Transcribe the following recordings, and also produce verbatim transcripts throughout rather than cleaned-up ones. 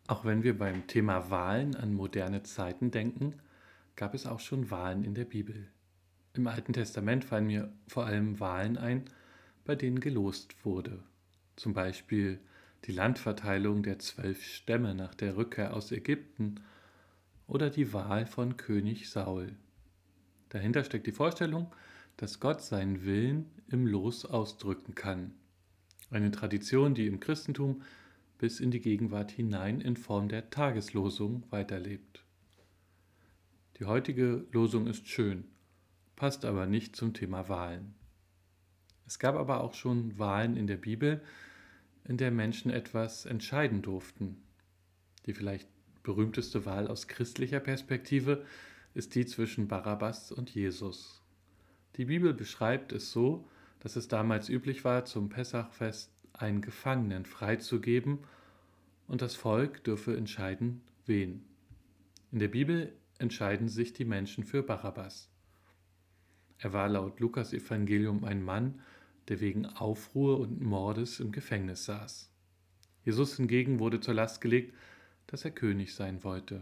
Auch wenn wir beim Thema Wahlen an moderne Zeiten denken, gab es auch schon Wahlen in der Bibel. Im Alten Testament fallen mir vor allem Wahlen ein, bei denen gelost wurde. Zum Beispiel die Landverteilung der zwölf Stämme nach der Rückkehr aus Ägypten oder die Wahl von König Saul. Dahinter steckt die Vorstellung, dass Gott seinen Willen im Los ausdrücken kann. Eine Tradition, die im Christentum bis in die Gegenwart hinein in Form der Tageslosung weiterlebt. Die heutige Losung ist schön, passt aber nicht zum Thema Wahlen. Es gab aber auch schon Wahlen in der Bibel, in der Menschen etwas entscheiden durften. Die vielleicht berühmteste Wahl aus christlicher Perspektive ist die zwischen Barabbas und Jesus. Die Bibel beschreibt es so, dass es damals üblich war, zum Pessachfest einen Gefangenen freizugeben und das Volk dürfe entscheiden, wen. In der Bibel entscheiden sich die Menschen für Barabbas. Er war laut Lukas Evangelium ein Mann, der wegen Aufruhr und Mordes im Gefängnis saß. Jesus hingegen wurde zur Last gelegt, dass er König sein wollte.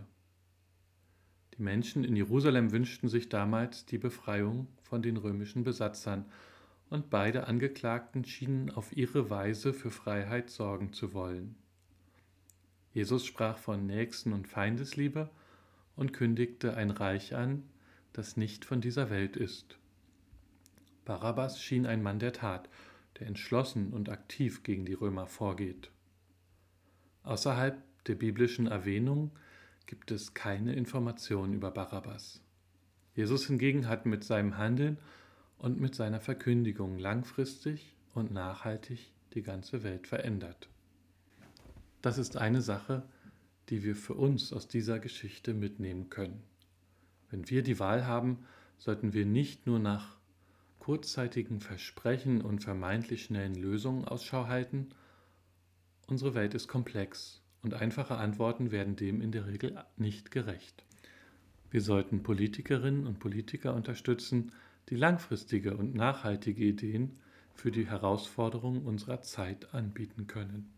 Die Menschen in Jerusalem wünschten sich damals die Befreiung von den römischen Besatzern und beide Angeklagten schienen auf ihre Weise für Freiheit sorgen zu wollen. Jesus sprach von Nächsten- und Feindesliebe und kündigte ein Reich an, das nicht von dieser Welt ist. Barabbas schien ein Mann der Tat, der entschlossen und aktiv gegen die Römer vorgeht. Außerhalb der biblischen Erwähnung gibt es keine Informationen über Barabbas. Jesus hingegen hat mit seinem Handeln und mit seiner Verkündigung langfristig und nachhaltig die ganze Welt verändert. Das ist eine Sache, die wir für uns aus dieser Geschichte mitnehmen können. Wenn wir die Wahl haben, sollten wir nicht nur nach kurzzeitigen Versprechen und vermeintlich schnellen Lösungen Ausschau halten. Unsere Welt ist komplex und einfache Antworten werden dem in der Regel nicht gerecht. Wir sollten Politikerinnen und Politiker unterstützen, die langfristige und nachhaltige Ideen für die Herausforderungen unserer Zeit anbieten können.